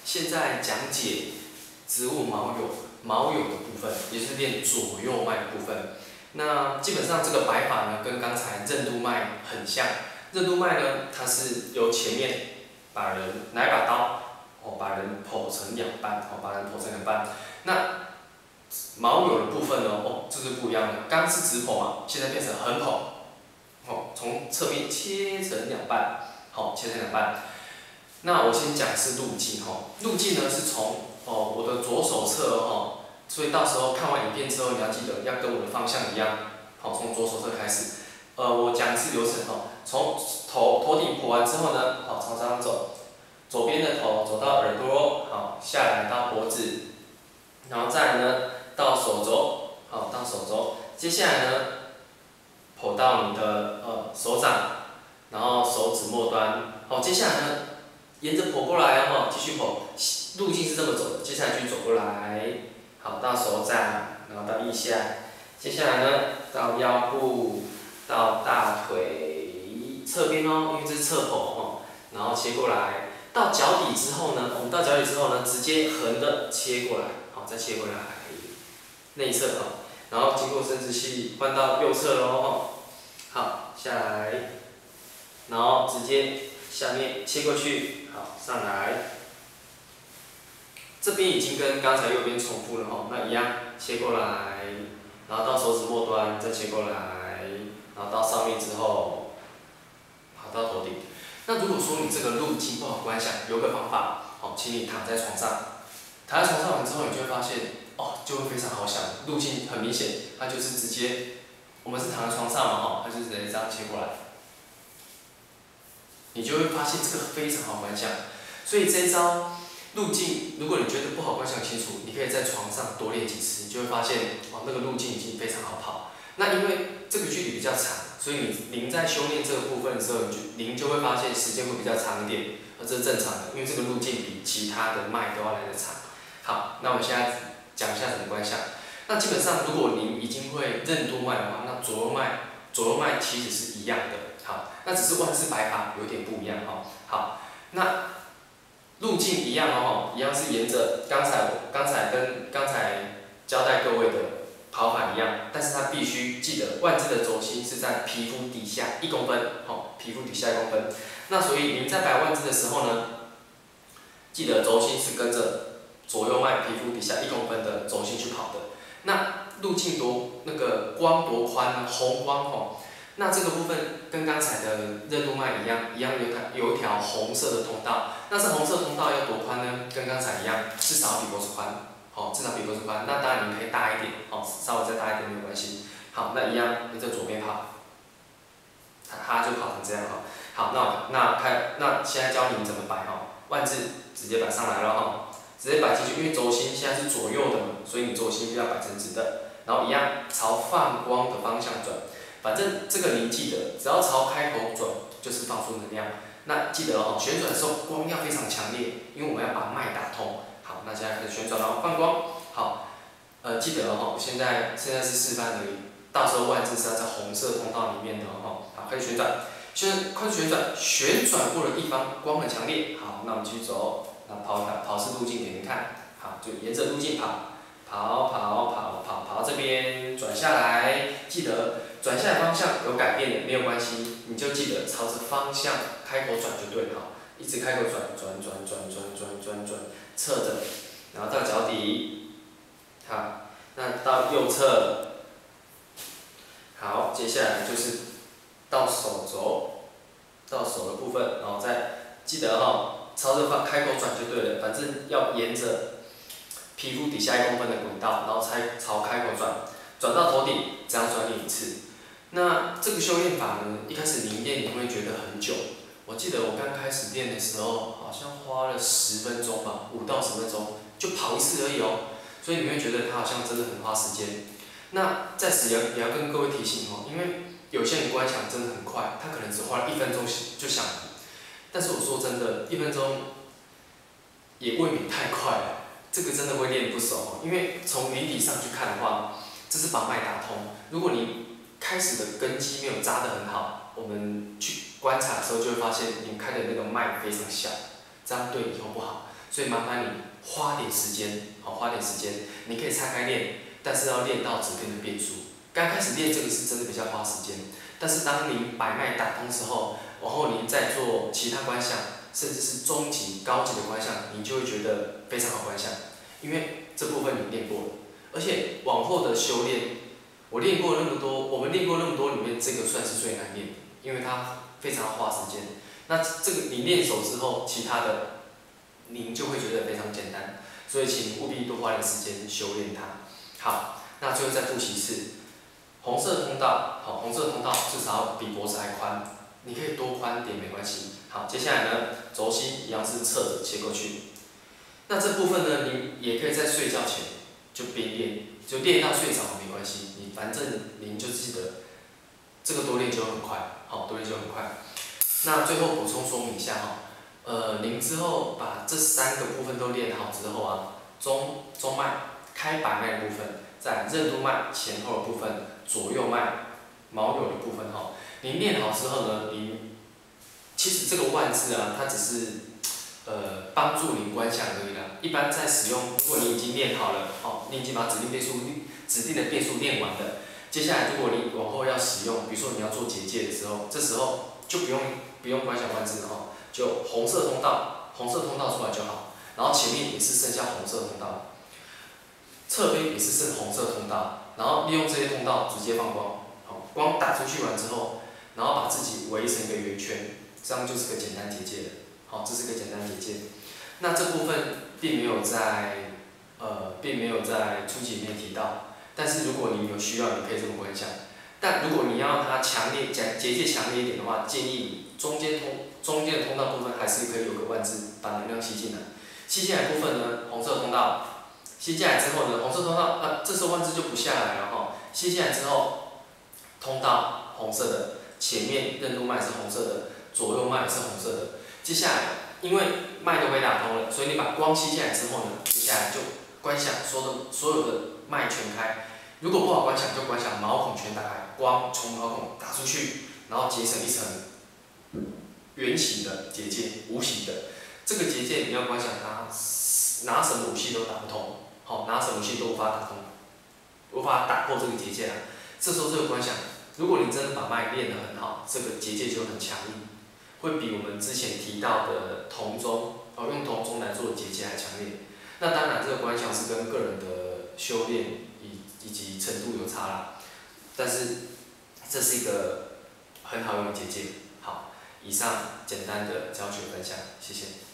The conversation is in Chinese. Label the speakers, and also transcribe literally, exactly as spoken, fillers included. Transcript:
Speaker 1: 现在讲解植物毛有毛有的部分，也就是练左右脉的部分。那基本上这个摆法呢，跟刚才任督脉很像。任督脉呢，它是由前面把人拿一把刀，哦，把人剖成两半，哦，把人剖成两半。那毛有的部分呢，哦，这是不一样的。刚是直剖嘛，现在变成横剖，哦，从侧面切成两半，好，切成两半。那我先讲是路径，哈，路径呢是从哦我的左手侧，哦，所以到时候看完影片之后，你要记得要跟我的方向一样，好，从左手侧开始。呃，我讲一次流程，哦，从头头顶剖完之后呢，好，朝这样走，左边的头走到耳朵，好，下来到脖子，然后再来呢到手肘，好，到手肘，接下来呢剖到你的呃手掌，然后手指末端，好，接下来呢沿着剖过来哦，继续剖，路径是这么走的，接下来继续走过来，好，到手掌，然后到腋下，接下来呢到腰部，到大腿侧边哦，因为这是侧剖哦，然后切过来，到脚底之后呢，我们到脚底之后呢，直接横的切过来，好，再切过来，内侧哦，然后经过生殖器换到右侧喽，好，下来，然后直接下面切过去，好，上来，这边已经跟刚才右边重复了哦，那一样切过来，然后到手指末端再切过来，然后到上面之后，好，到头顶。那如果说你这个路径不好观想，有个方法，好，请你躺在床上，躺在床上完之后，你就会发现，哦，就会非常好想，路径很明显，它就是直接，我们是躺在床上嘛，哈，它就是直接这样切过来，你就会发现这个非常好观想。所以这一招路径，如果你觉得不好观想清楚，你可以在床上多练几次，你就会发现，哦，那个路径已经非常好跑。那因为这个距离比较长，所以你您在修炼这个部分的时候，您就会发现时间会比较长一点，而这是正常的，因为这个路径比其他的脉都要来得长。好，那我们现在讲一下怎么观想。那基本上，如果您已经会任督脉的话，那左右脉左右脉其实是一样的。好，那只是万字摆法有点不一样哈。好，那路径一样哦，一样是沿着刚才我刚才跟刚才交代各位的跑法一样，但是它必须记得万字的轴心是在皮肤底下一公分，好，皮肤底下一公分。那所以您在摆万字的时候呢，记得轴心是跟着左右脉皮肤底下一公分的轴心去跑的。那路径多那个光多宽呢？红光哦。那这个部分跟刚才的任督脉一样，一样有条有一条红色的通道。那这红色通道要多宽呢？跟刚才一样，至少比脖子宽，好，至少比脖子宽。那当然你可以大一点，好，稍微再大一点没有关系。好，那一样你在左边跑，它就跑成这样哈。好，那那开那现在教你怎么摆哈，万字直接摆上来了哈，直接摆进去，因为轴心现在是左右的嘛，所以你轴心要摆成直的，然后一样朝放光的方向转。反正这个您记得，只要朝开口转，就是放出能量。那记得哦，旋转的时候光要非常强烈，因为我们要把脉打通。好，那现在开始旋转了，放光。好，呃，记得哦，现在现在是示范而已，到时候万字是要在红色通道里面的哦。好，开始旋转，现在快速旋转，旋转过的地方光很强烈。好，那我们继续走，那跑跑跑是路径给您看，好，就沿着路径跑，跑跑跑跑跑到这边转下来，记得。转下来方向有改变的没有关系，你就记得朝着方向开口转就对了，一直开口转转转转转转转转，侧着，然后到脚底，好，那到右侧，好，接下来就是到手肘，到手的部分，然后再记得哈，朝着方开口转就对了，反正要沿着皮肤底下一公分的轨道，然后才朝开口转，转到头顶，这样转练一次。那这个修炼法呢，一开始你练你会觉得很久。我记得我刚开始练的时候，好像花了十分钟吧，五到十分钟就跑一次而已哦。所以你会觉得它好像真的很花时间。那在此也也要跟各位提醒哦，因为有些人观想真的很快，他可能只花了一分钟就想。但是我说真的，一分钟也未免太快了，这个真的会练不熟哦。因为从灵体上去看的话，这是把脉打通。如果你开始的根基没有扎得很好，我们去观察的时候就会发现，你开的那个脉非常小，这样对以后不好。 所以麻烦你花点时间，好，花点时间，你可以拆开练，但是要练到指定的变数。刚开始练这个是真的比较花时间，但是当你百脉打通之后，然后你再做其他观想，甚至是中级、高级的观想，你就会觉得非常好观想，因为这部分你练过了，而且往后的修炼，我练过那么多，我们练过那么多里面，这个算是最难练的，因为它非常花时间。那这个你练熟之后，其他的您就会觉得非常简单，所以请务必多花点时间修炼它。好，那最后再复习一次，红色通道，好，红色通道至少要比脖子还宽，你可以多宽点没关系。好，接下来呢，轴心一样是侧着切过去。那这部分呢，你也可以在睡觉前就边练，就练到睡着没关系，你反正您就记得这个多练就很快，好，多练就很快。那最后补充说明一下哈，呃，您之后把这三个部分都练好之后啊，中中脉、开百脉的部分，在任督脉前后的部分，左右脉、毛柳的部分哈，您练好之后呢，您其实这个万字啊，它只是呃帮助您观想而已啦。一般在使用，如果你已经练好了，哦，你已经把指定变数、指定的变数练完了，接下来如果你往后要使用，比如说你要做结界的时候，这时候就不用不用观想万字了哈，就红色通道，红色通道出来就好，然后前面也是剩下红色通道，侧边也是剩红色通道，然后利用这些通道直接放光，好，光打出去完之后，然后把自己围成一个圆圈，这样就是个简单结界了，好，这是个简单结界。那这部分并没有在呃并没有在初级里面提到。但是如果你有需要，你可以这么观想。但如果你要它强烈、讲结界强烈一点的话，建议你中间通中间的通道部分还是可以有个万字把能量吸进来。吸进来部分呢，红色通道，吸进来之后呢，红色通道，啊，这时候万字就不下来了哈。吸进来之后，通道红色的，前面任督脉是红色的，左右脉是红色的。接下来，因为脉都被打通了，所以你把光吸进来之后呢，接下来就观想所有的所有的脉全开。如果不好观想，就观想毛孔全打开，光从毛孔打出去，然后结成一层圆形的结界，无形的。这个结界你要观想它，拿什么武器都打不通，好，拿什么武器都无法打通，无法打破这个结界啊。这时候这个观想，如果你真的把脉练得很好，这个结界就很强硬，会比我们之前提到的铜钟，哦，用铜钟来做的结界还强烈。那当然，这个观想是跟个人的修炼以以及程度有差啦，但是这是一个很好用的结界。好，以上简单的教学分享，谢谢。